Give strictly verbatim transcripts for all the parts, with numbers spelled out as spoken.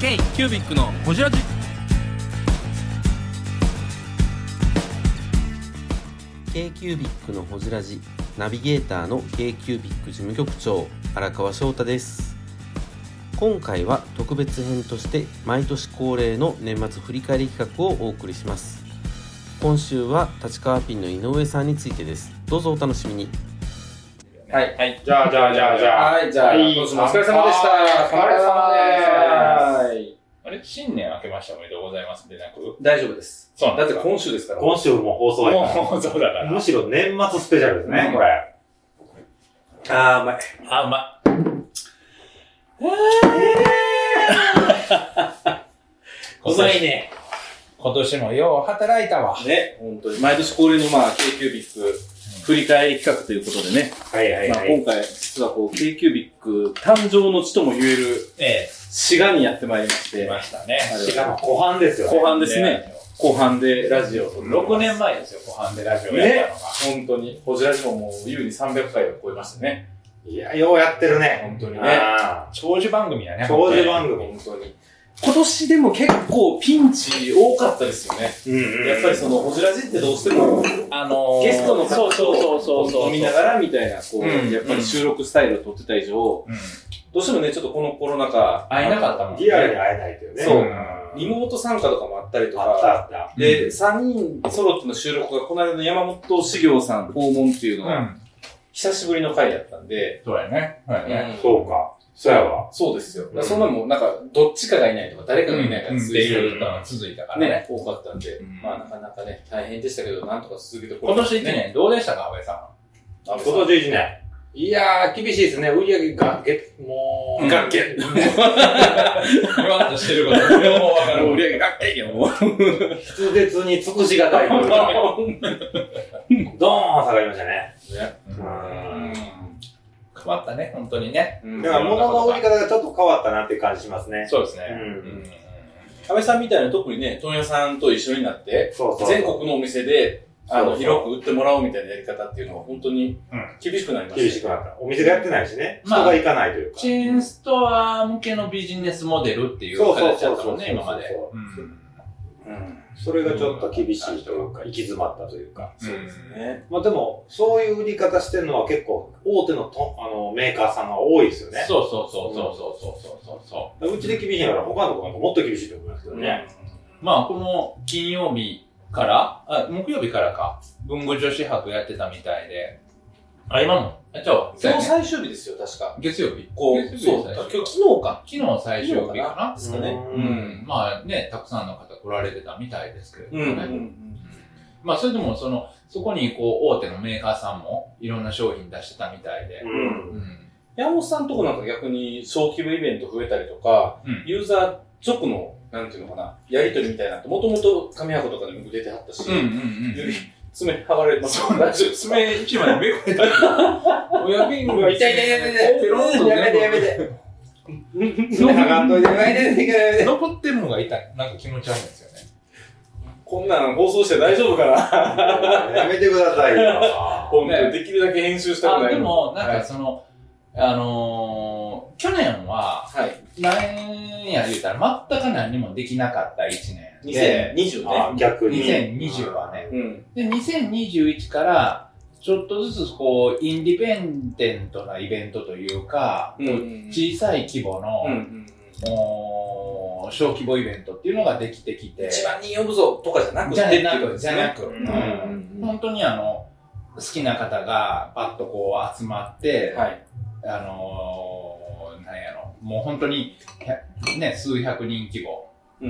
K キュービックのホジラジ。 K キュービックのホジラジナビゲーターの K キュービック事務局長荒川翔太です。今回は特別編として毎年恒例の年末振り返り企画をお送りします。今週は立川ピンの井上さんについてです。どうぞお楽しみに。 はい、はい、じゃあじゃあじゃあじゃあはい、じゃあ、はい、今年もお疲れ様でした。お疲れ様です。あれ、新年明けましておめでとうございますでなく大丈夫です。 そうなんですか。 だって今週ですから。 今週も放送やから。 放送だから。 むしろ年末スペシャルですね、これ。 あー、うまい。 あー、うまい。うまいね。 今年もよう働いたわ。 ね、本当に。毎年恒例のまあ、K キュービック振り返り企画ということでね。 はいはいはい。 まあ、今回、実はこう、K キュービック誕生の地とも言える、ええ、滋賀にやってまいりまして。 ましたね。 滋賀の後半ですよね。後半ですね。後半でラジオを。 ろくねんまえですよ、後半でラジオをやったのが。ね、 本当に。ホジラジももう優にさんびゃっかいを超えましてね。 いや、ようやってるね。 本当にね。 長寿番組やね。 長寿番組。 本当に。今年でも結構ピンチ多かったですよね。うんうん、やっぱりその、ホジラジってどうしても、あのー、ゲストの方と飲みながらみたいな、こう、うん、やっぱり収録スタイルを取ってた以上、うん、どうしてもね、ちょっとこのコロナ禍、 会えなかったもんね。 リアルに会えないというね。 そう。リモート参加とかもあったりとか、 あったあった。 で、さんにん揃っての収録が、この間の山本修行さん訪問っていうのが、うん、久しぶりの回だったんで、 そうやね。そうやね。 うん、そうか。そうやわ。 そうですよ。うん、そんなもん、なんか、どっちかがいないとか、誰かがいないから続いてるのが続いたからね。 ね、多かったんで、うん、まあなかなかね、大変でしたけど、なんとか続けてこ今年いちねんどうでしたか、安倍さん。 今年いちねん。 いやー、厳しいですね。売り上げが、げ、もう、 がっけ。 言わんとしてること、もうわかる。 売り上げがっけよ、もう。 筆舌に尽くしがたい。ドーン下がりましたね。ね。 うん変わったね、本当にね。 だから物の売り方がちょっと変わったなっていう感じしますね。 そうですね。うんうん安倍さんみたいな特にね、問屋さんと一緒になって、そうそうそう全国のお店で、あの、広く売ってもらおうみたいなやり方っていうのは本当に厳しくなりました、ね厳しくなった。お店がやってないしね。人が行かないというか。 チェーンストア向けのビジネスモデルっていう形だったもんね、今まで。 それがちょっと厳しいというか、行き詰まったというか。 そうですね。 まあでも、そういう売り方してるのは結構、大手のとあのメーカーさんが多いですよね。 そうそうそうそうそうそうそううちで厳しいから他のところがもっと厳しいと思いますけどね。 まあ、この金曜日から、あ、木曜日からか、文具女子博やってたみたいで、あ、今も、あ、じゃあ、 今日最終日ですよ、確か。 月曜日こう、そう、今日、昨日か。 昨日最終日かなですかね。 うん。まあね、たくさんの方来られてたみたいですけれどもね。まあ、それでも、その、そこに、こう、大手のメーカーさんも、いろんな商品出してたみたいで。うん。 山本さんとこなんか逆に、小規模イベント増えたりとか、ユーザー直の、なんていうのかな、やりとりみたいなって、もともと紙箱とかでも出てはったし、より爪剥がれます。 そうなんですよ。爪一枚めくれたり。親瓶が痛い痛い痛い痛い。 ペロンとやめてやめて。 爪剥がんといて、やめてやめて。 残ってるのが痛い。なんか気持ち悪いんですよね。 こんなん放送して大丈夫かなやめてくださいよ。 本当にできるだけ編集したくない。 あ、でも、なんかその、あのー、去年は、はい。なんや言うたら、全く何もできなかったいちねん。 にせんにじゅうね。 逆に。 にせんにじゅうはね。うん。で、にせんにじゅういちから、ちょっとずつこう、インディペンデントなイベントというか、うんうん、小さい規模の、うんうんうん、小規模イベントっていうのができてきて。 一番人呼ぶぞとかじゃなくて。 じゃなく、じゃなく、うんうん。本当にあの、好きな方がパッとこう集まって、はい。あのー、なんやろ、もう本当に、ね、数百人規模、うんうん、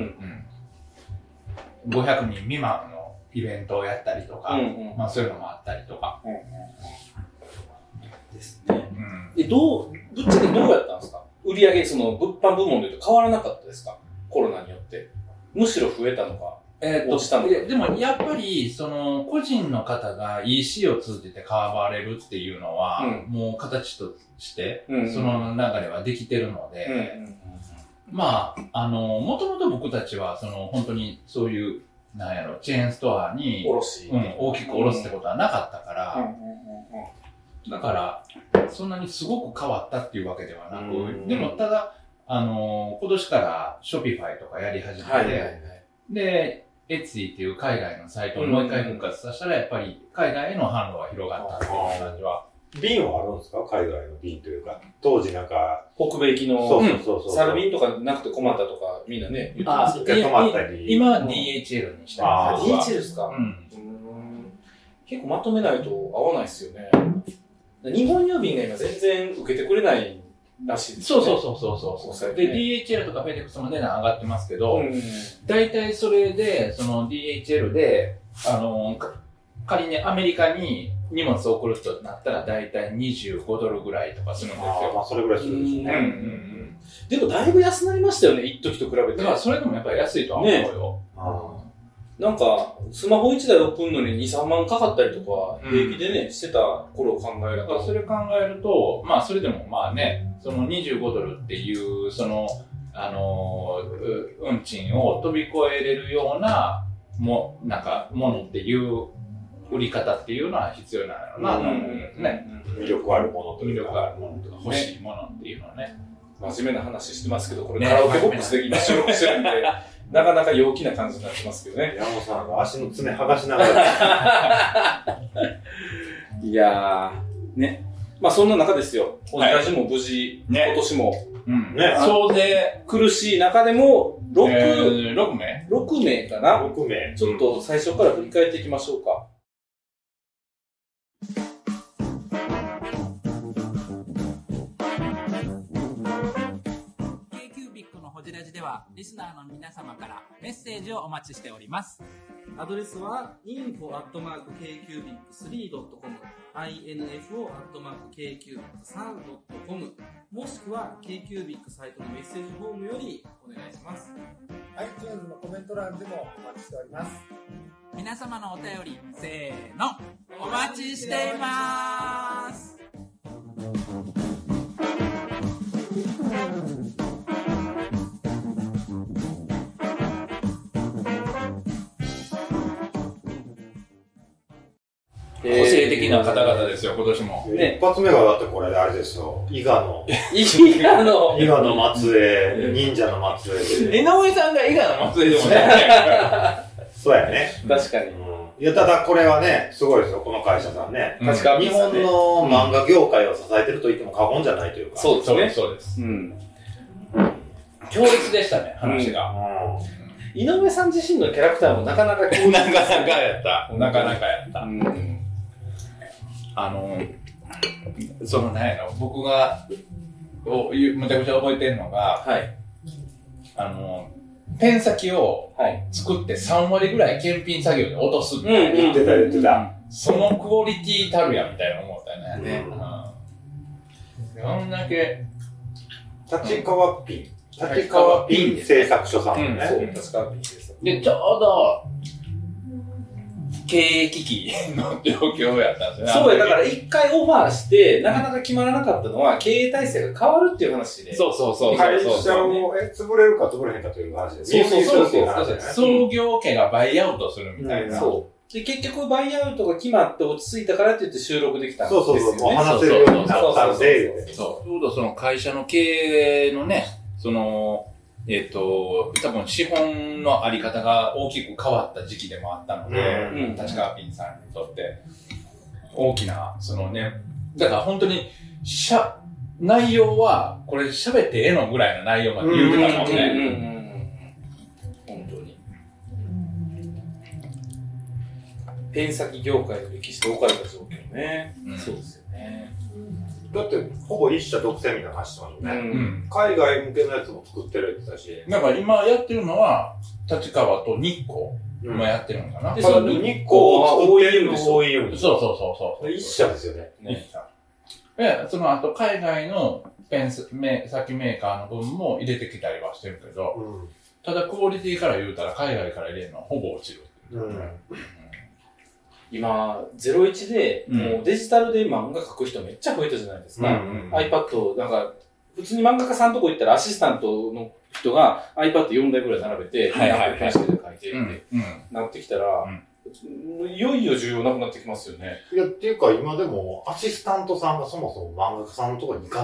ごひゃくにん未満のイベントをやったりとか、うんうん、まあそういうのもあったりとか。うんうん、 ですね。うん、え、どう、ぶっちゃけどうやったんですか？売り上げ、その物販部門で言うと変わらなかったですか？コロナによって。むしろ増えたのか。えー、っと、したのか。 でもやっぱり、その、個人の方が イーシー を通じて買われるっていうのは、うん、もう形として、うんうん、その流れはできてるので、うんうんうん、まあ、あの、もともと僕たちは、その、本当にそういう、なんやろ、チェーンストアに、 おろし、 うん、大きくおろすってことはなかったから、うんうんうんうん、だから、そんなにすごく変わったっていうわけではなく、うん、でもただ、 あのー、今年からショピファイとかやり始めて、はいはいはい、で、エッツィっていう海外のサイトをもう一回復活させたら、やっぱり海外への販路が広がったっていう感じは。 瓶はあるんですか？海外の瓶というか。当時なんか、 北米機の、 そうそうそうそう。 サル瓶とかなくて困ったとか、みんなね。 ああ、 一回止まったり。 今、ディーエイチエル にしたい。 ああ、ディーエイチエル ですか？ うん。 結構まとめないと合わないですよね。日本郵便が今全然受けてくれないらしいですよね。そうそうそうそうそう。で、ディーエイチエル とかフェデックスも値段上がってますけど、大体それで、その ディーエイチエル で、あの、仮にアメリカに荷物を送るとなったら大体にじゅうごドルぐらいとかするんですよ。 あまあそれぐらいするでしょうね。うんうんうん。 でもだいぶ安なりましたよね、一時と比べて。 だからそれでもやっぱり安いとは思うよ。 ね、なんか、スマホいちだい送るのにに、さんまんかかったりとか、平気でね、うん、してた頃を考えると。 それ考えると、まあそれでもまあね、そのにじゅうごドルっていう、その、あの、運賃を飛び越えれるような、も、なんか、ものっていう売り方っていうのは必要なのな、うんうんね。 魅力あるものというか。魅力あるものとか、欲しいものっていうのはね。 真面目な話してますけど、これカラオケボックスで今収録してるんで、なかなか陽気な感じになってますけどね。 山本さんが足の爪剥がしながら。 いやー、ね。まあそんな中ですよ。ホジラジも無事、ね、今年も、 うんね、 総勢苦しい中でも、ろく、 えー、ろくめい ? ろく 名かな ?ろく名。 ちょっと最初から振り返っていきましょうか。 ホジラジではリスナーの皆様からメッセージをお待ちしております。 アドレスは インフォ アットマーク ケーキュービックスリー ドットコム インフォ アットマーク ケーキュービックスリー ドットコム もしくは K-Cubic サイトのメッセージフォームよりお願いします。 iTunes のコメント欄でもお待ちしております。 皆様のお便りせーのお待ちしています。 個性的な方々ですよ、今年も。 ね、一発目がだってこれであれですよ。伊賀の。 伊賀の。 伊賀の末裔、忍者の末裔で。 井上さんが伊賀の末裔でもね。 そうやね。 確かに。 いや、ただこれはね、すごいですよ、この会社さんね。確か日本の漫画業界を支えてると言っても過言じゃないというか。 そうですね。 そうです。 うん。 強烈でしたね、話が。 井上さん自身のキャラクターもなかなか強烈。 なかなかやった。なかなかやった。あの、そのね、僕が、おむちゃくちゃ覚えてるのが、 はい、 あの、ペン先を作ってさんわりぐらい検品作業で落とすみたいな。 うん、言ってた言ってた。 そのクオリティたるやみたいな思ったよね。うん。どんだけ。 立川ピン。立川ピン製作所さんね。 そう、立川ピン製作所。 で、ちょうど、経営危機の状況やったんですよね。 そうや、だから一回オファーして、なかなか決まらなかったのは、経営体制が変わるっていう話で。 そうそうそう。 会社を、え、潰れるか潰れへんかという話で。 そうそうそうそう。創業家がバイアウトするみたいな。 そう。で、結局バイアウトが決まって落ち着いたからって言って収録できたんですよね。 そうそうそう。話せるようになったんで。 そう。ちょうどその会社の経営のね、その、えっと、多分資本のあり方が大きく変わった時期でもあったので、うん、立川ピンさんにとって大きな、そのね、だから本当に、しゃ、内容は、これ喋ってええのぐらいの内容まで言ってたもんね。 本当に。ペン先業界の歴史と置かれた状況ね、うん。そうですよね。 だって、ほぼ一社独占みたいな話してますよね、うん。海外向けのやつも作ってるって言ったし。 だから今やってるのは、立川と日光もやってるのかな。 うん、で、その日光は オーイーエム でしょ。 オーイーエム そうそうそうそう。 一社ですよね。 一社。で、その後海外のペン先メーカーの分も入れてきたりはしてるけど、うん、ただクオリティから言うたら海外から入れるのはほぼ落ちるっていう、うんうん。 今、ゼロイチで、もうデジタルで漫画描く人めっちゃ増えたじゃないですか。うんうん、iPad、なんか、普通に漫画家さんとこ行ったらアシスタントの人が アイパッドよんだいぐらい並べて、はいはいはい、ペンシルで描いてって、うん、なってきたら、うん、いよいよ重要なくなってきますよね。 いや、っていうか今でもアシスタントさんがそもそも漫画家さんのところに行かない。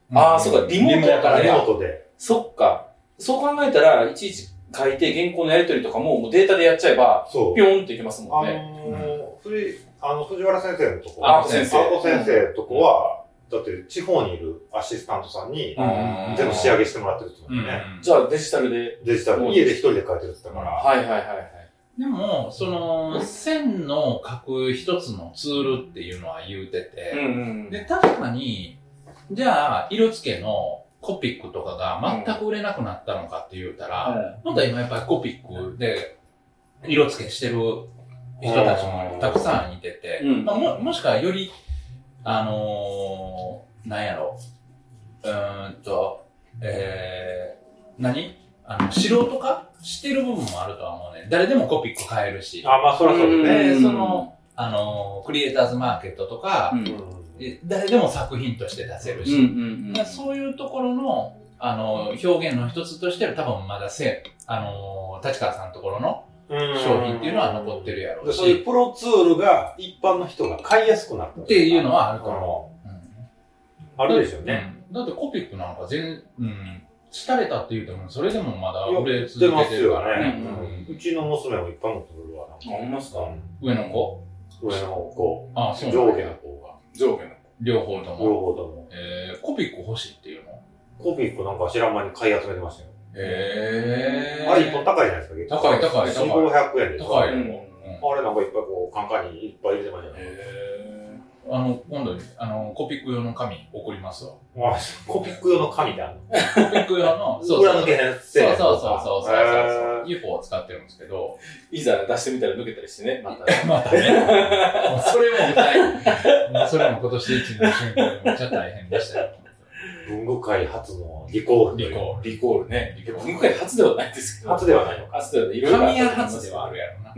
ああ、そっか、リモートだからリモートで。 そっか。そう考えたら、いちいち書いて原稿のやり取りとかももうデータでやっちゃえば、ピョンっていけますもんね。 あのー、藤、あの、藤原先生のとこ。 あーこ先生。 あーこ先生のとこは、だって地方にいるアシスタントさんに、全部仕上げしてもらってるってことね。 じゃあデジタルで。 デジタル。家で一人で書いてるって言ったから。 はいはいはいはい。 でも、その、線の書く一つのツールっていうのは言うてて、 うんうん、 で、確かに、じゃあ、色付けのコピックとかが全く売れなくなったのかって言うたら、まだ、うん、今やっぱりコピックで色付けしてる人たちもたくさんいてて、うん、まあ、も、もしくはより、あのー、なんやろ、うーんと、えー、何あの、素人化してる部分もあるとは思うね。誰でもコピック買えるし。 あ、まあ、そらそうですね。 で、その、あのー、クリエイターズマーケットとか、うん、誰でも作品として出せるし、うんうんうん、そういうところの、あのー、表現の一つとして多分まだせ、あのー、立川さんのところの商品っていうのは残ってるやろうし。 そういうプロツールが一般の人が買いやすくなったっていうのはあると思う。 うん、あるでしょうね、 うん。だってコピックなんか全、うん、したれたって言うても、それでもまだ売れ続けてるからね。 うん、うちの娘もいっぱい持ってるわ。 ありますか、うん、 上の子上の子。 ああ、そう上下の子が。 上下の子。 両方とも。 両方とも。 えー、コピック欲しいっていうのコピックなんか知らん間に買い集めてましたよ。 へー。 あれ一本高いじゃないですか。 高い高い高い。 よんひゃくごひゃくえんでしょ。 高いよ、 うん。あれなんかいっぱいこう、カンカンにいっぱい入れてましたよ。 へー。あの、今度、あの、コピック用の紙送りますわ。 あ、コピック用の紙ってあるのコピック用の、 そうそう。裏抜けのやつ。 そうそうそうそうそうそう。ユーフォー を使ってるんですけど。 いざ出してみたら抜けたりしてね。 またね。またね。もうそれも大変。もうそれも今年一年の瞬間でめっちゃ大変でしたよ。 文具界初のリコール。 リコール。 リコールね。文具界初ではないですけど。 初ではないのか。 初ではない。いろいろ。 神谷初ではあるやろな。 うん。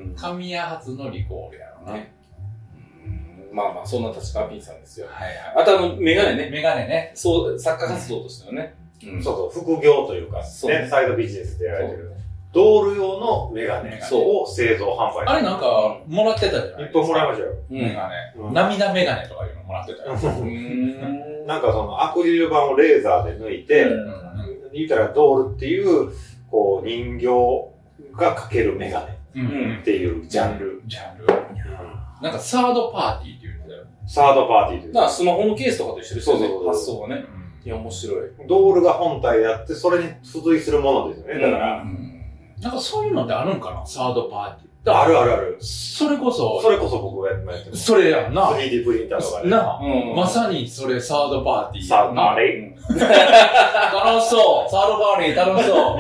神谷初のリコールやろな。ね。 まあまあ、そんな立川 P さんですよ。 はいはい。 あとあの、メガネね。 メガネね。 そう、作家活動としてはね。 うん、そうそう、副業というか、ね、サイドビジネスでやられてる。ドール用のメガネを製造販売。 あれなんか、もらってたじゃないですか。 いっぱいもらいましたよ。 メガネ。涙メガネとかいうのもらってたよ。 なんかそのアクリル板をレーザーで抜いて、言ったらドールっていう、こう、人形が描けるメガネっていうジャンル。 ジャンル。なんかサードパーティーって言ってたよ。 サードパーティーって言ってた。 だからスマホのケースとかと一緒ですよね。 そうそうそう。 発想がね。いや、面白い。 ドールが本体であって、それに付随するものですよね。だから。 なんかそういうのってあるんかなサードパーティー。 あるあるある。 それこそ。 それこそ僕がやってます。 それやんな。 スリーディー プリンターとかね。 なあ。まさにそれサードパーティー。 サードパーティー。 楽しそう。サードパーティー楽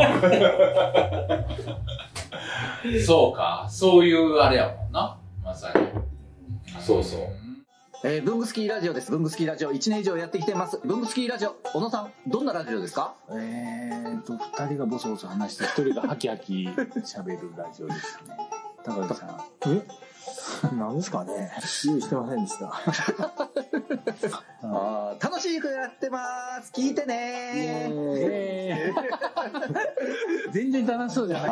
しそう。そうか。そういうあれやもんな。まさに。 そうそう。 えー、ブングスキーラジオです。ブングスキーラジオいちねん以上やってきてます。ブングスキーラジオ、小野さん、どんなラジオですか？ えーと、二人がボソボソ話して、一人がハキハキ喋るラジオですね。高木さん。え何ですかね用意してませんでした。 あ楽しくやってます。聞いてねー。 全然楽しそうじゃない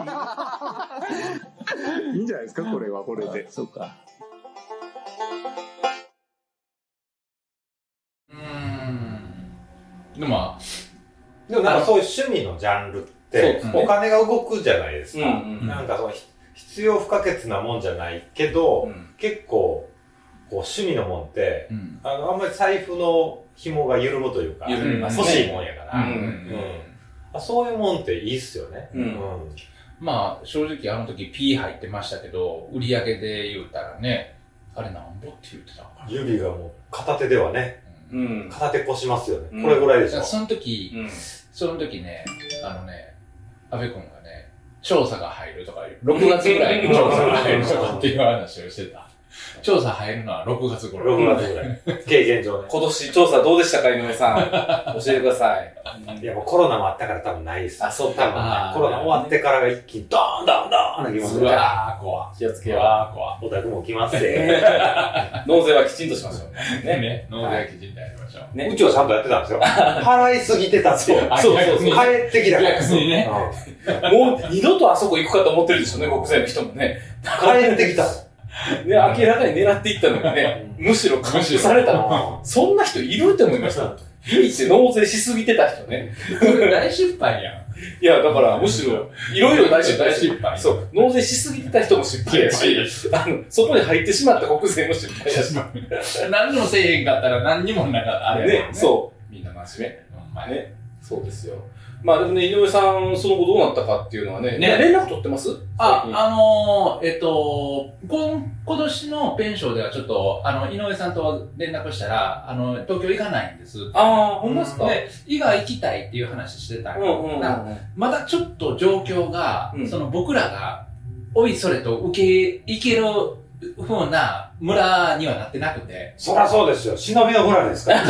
。いいんじゃないですかこれはこれで。そうか。 でも、 でもなんかそういう趣味のジャンルって、お金が動くじゃないですか。なんかその必要不可欠なもんじゃないけど、うん、結構、こう趣味のもんって、うん、あの、あんまり財布の紐が緩むというか、ね、欲しいもんやから、うんうん、そういうもんっていいっすよね。うんうん、 まあ、正直あの時 P 入ってましたけど、売り上げで言うたらね、あれなんぼって言ってたのかな。 指がもう片手ではね、うん、片手越しますよね。うん、これぐらいでしょ。 その時、うん、その時ね、あのね、安部君がね、調査が入るとか、ろくがつぐらいに調査が入るとかっていう話をしてた。調査入るのはろくがつ頃。 ろくがつぐらい。経験上ね。 今年調査どうでしたか、井上さん。教えてください。 いや、もうコロナもあったから多分ないです。 あ、そう多分ね。コロナ終わってからが一気にドーンドーンドーンってきますね。 うわー、怖気をつけよう。 うわー、怖お宅も来ますね。 納税はきちんとしましょう。 ね。ね。納税はきちんとやりましょう。 ね。うちはちゃんとやってたんですよ。払いすぎてたっていう。 そうそうそう。 帰ってきたから。 逆にね。 もう二度とあそこ行くかと思ってるでしょうね、国税の人もね。 帰ってきた。 で、明らかに狙っていったのがね、むしろ監視されたの。そんな人いるって思いました。いいって納税しすぎてた人ね。 大失敗やん。 いや、だからむしろ、いろいろ大失敗。 大失敗。 そう、納税しすぎてた人も失敗やし、あの、そこに入ってしまった国税も失敗やし。 何もせえへんかったら何にもなかった。あれね、そう。 みんな真面目。ね、そうですよ。まあでもね、井上さん、その後どうなったかっていうのはね、ね連絡取ってます？ あ、あのー、えっと、今、今年のペンションではちょっと、あの、井上さんと連絡したら、あの、東京行かないんです。 ああ、ほんまですか？ で、伊賀行きたいっていう話してたんよ。うんうんうん、まだちょっと状況が、うん、その僕らが、おいそれと受け、行ける風な村にはなってなくて。 そりゃそうですよ。忍びの村ですから。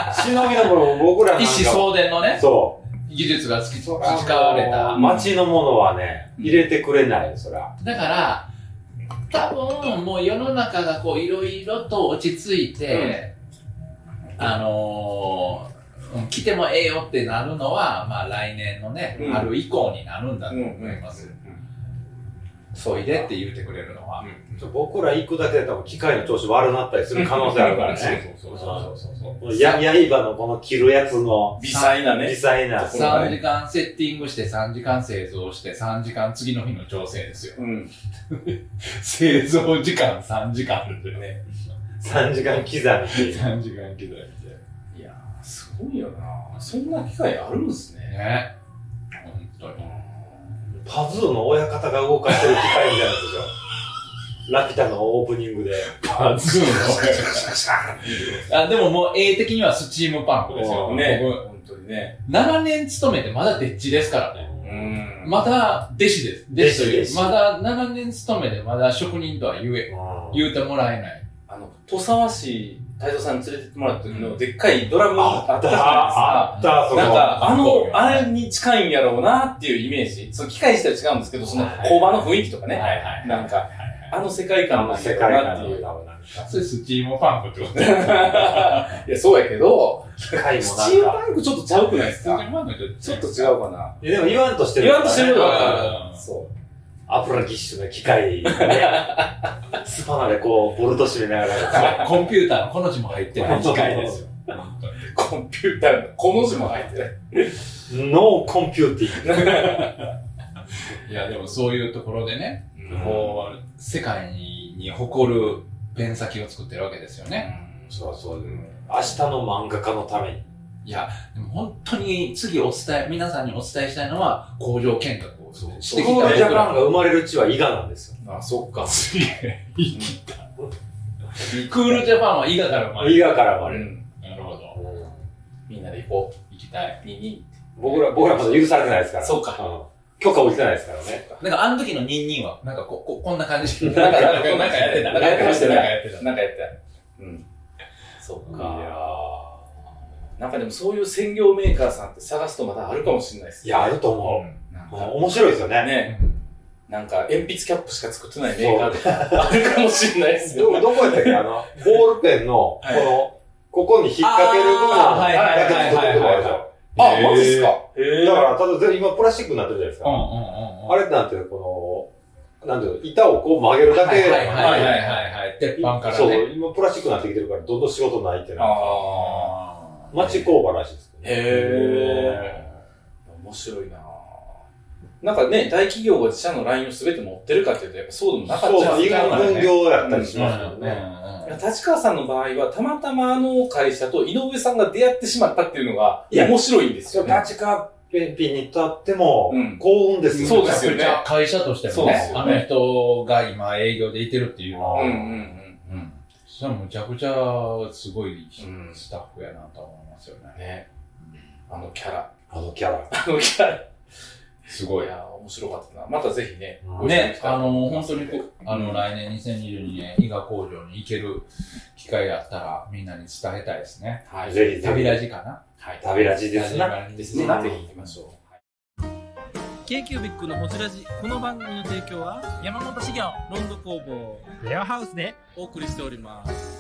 忍びの村、僕らなんか。 一子相伝のね。 そう。 技術が培われた。 町のものはね、入れてくれないよ、そりゃ。 だから、多分、もう世の中がこう、いろいろと落ち着いて、うん、あのー、来てもええよってなるのは、まあ来年のね、うん、春以降になるんだと思います。そいでって言ってくれるのは。うん、 僕ら行くだけで多分機械の調子悪なったりする可能性あるからね。 そうそうそうそう。 や、刃のこの切るやつの微細なね。 微細な。 さんじかんセッティングしてさんじかん製造してさんじかん次の日の調整ですよ。うん。製造時間さんじかんあるんでね。 さんじかん刻みで。 さんじかん刻みで。 いやー、すごいよな。そんな機械あるんですね。 ね。本当に。 パズーの親方が動かしてる機械みたいなやつでしょ。ラピュタのオープニングで。 パズーの親方。あ、でももう A 的にはスチームパンクですよ。 ね。僕、本当にね。 ななねん勤めてまだデッチですからね。うん。まだ弟子です。弟子という。まだななねん勤めでまだ職人とは言え、言うてもらえない。 あの、土佐和市、太蔵さんに連れてってもらった時のでっかいドラムあったじゃないですか。 あった、そなんか、あの、あれに近いんやろうなっていうイメージ。その機械自体は違うんですけど、その工場の雰囲気とかね。はいはい。なんか、あの世界観なんだろうなっていう。 それスチームパンクってこといや、そうやけど、 機械もスチームパンクちょっとちゃうくないですか？ スチームパンクちょっと違うかな。 いや、でも言わんとしてる。 言わんとしてるのはそう。アプラギッシュの機械ね、スパナでこう、ボルト締めながら。 コンピューターのこの字も入ってない機械ですよ。 コンピューターのこの字も入ってない。 ノーコンピューティング。 いや、でもそういうところでね、こう、世界に誇るペン先を作ってるわけですよね。 うん、そうそう。明日の漫画家のために。 いや、でも本当に次お伝え、皆さんにお伝えしたいのは工場見学をしてきた。 クールジャパンが生まれる地は伊賀なんですよ。 あ、そっか。 すげえ。言い切った。クールジャパンは伊賀から生まれる。 伊賀から生まれる。 なるほど。 みんなで行こう。 行きたい。 にに僕ら、僕らまだ許されてないですから。 そうか。 許可を受けてないですからね。 なんかあの時のニンニンは、なんかこ、こ、こんな感じ。 なんか、なんかやってた。なんかやってましたね。なんかやってた。なんかやってた。うん。そっか。いやなんかでもそういう専業メーカーさんって探すとまだあるかもしれないですね。いや、あると思う。なんか面白いですよね。 ね。なんか鉛筆キャップしか作ってないメーカーとかあるかもしれないですよ。 どこやったっけあの、ボールペンの、この、ここに引っ掛ける部分だけ作ってるとこあるでしょ。 あ、マジっすか。 だから、ただ今プラスチックになってるじゃないですか。あれってなんていうの、この、なんていうの、板をこう曲げるだけ。はいはいはいはい。鉄板からね。 そう、今プラスチックになってきてるから、どんどん仕事ないっていうのは。町工場らしいですけどね。 へー。面白いななんかね、大企業が自社のラインを全て持ってるかっていうと、やっぱそうでもなかったそう、意外に分業やったりしますよね。 立川さんの場合は、たまたまあの会社と井上さんが出会ってしまったっていうのが、面白いんですよね。 立川ペンピンにとっても、幸運ですよね。 そうですよね。 会社としてもね、あの人が今営業でいてるっていうのは、うんうんうん。それはむちゃくちゃすごいスタッフやなと思いますよね。 ね。あのキャラ。 あのキャラ。 あのキャラ。 すごい。 いや、面白かったな。またぜひね。 ね、あの、本当に、あの、来年にせんにじゅうにねん、伊賀工場に行ける機会があったら、みんなに伝えたいですね。 はい。ぜひぜひ。 旅ラジかな。 はい。旅ラジですな。 ですね。ぜひ行きましょう。 ケーキュービックのホジラジ、この番組の提供は山本資源ロンド工房レアハウスでお送りしております。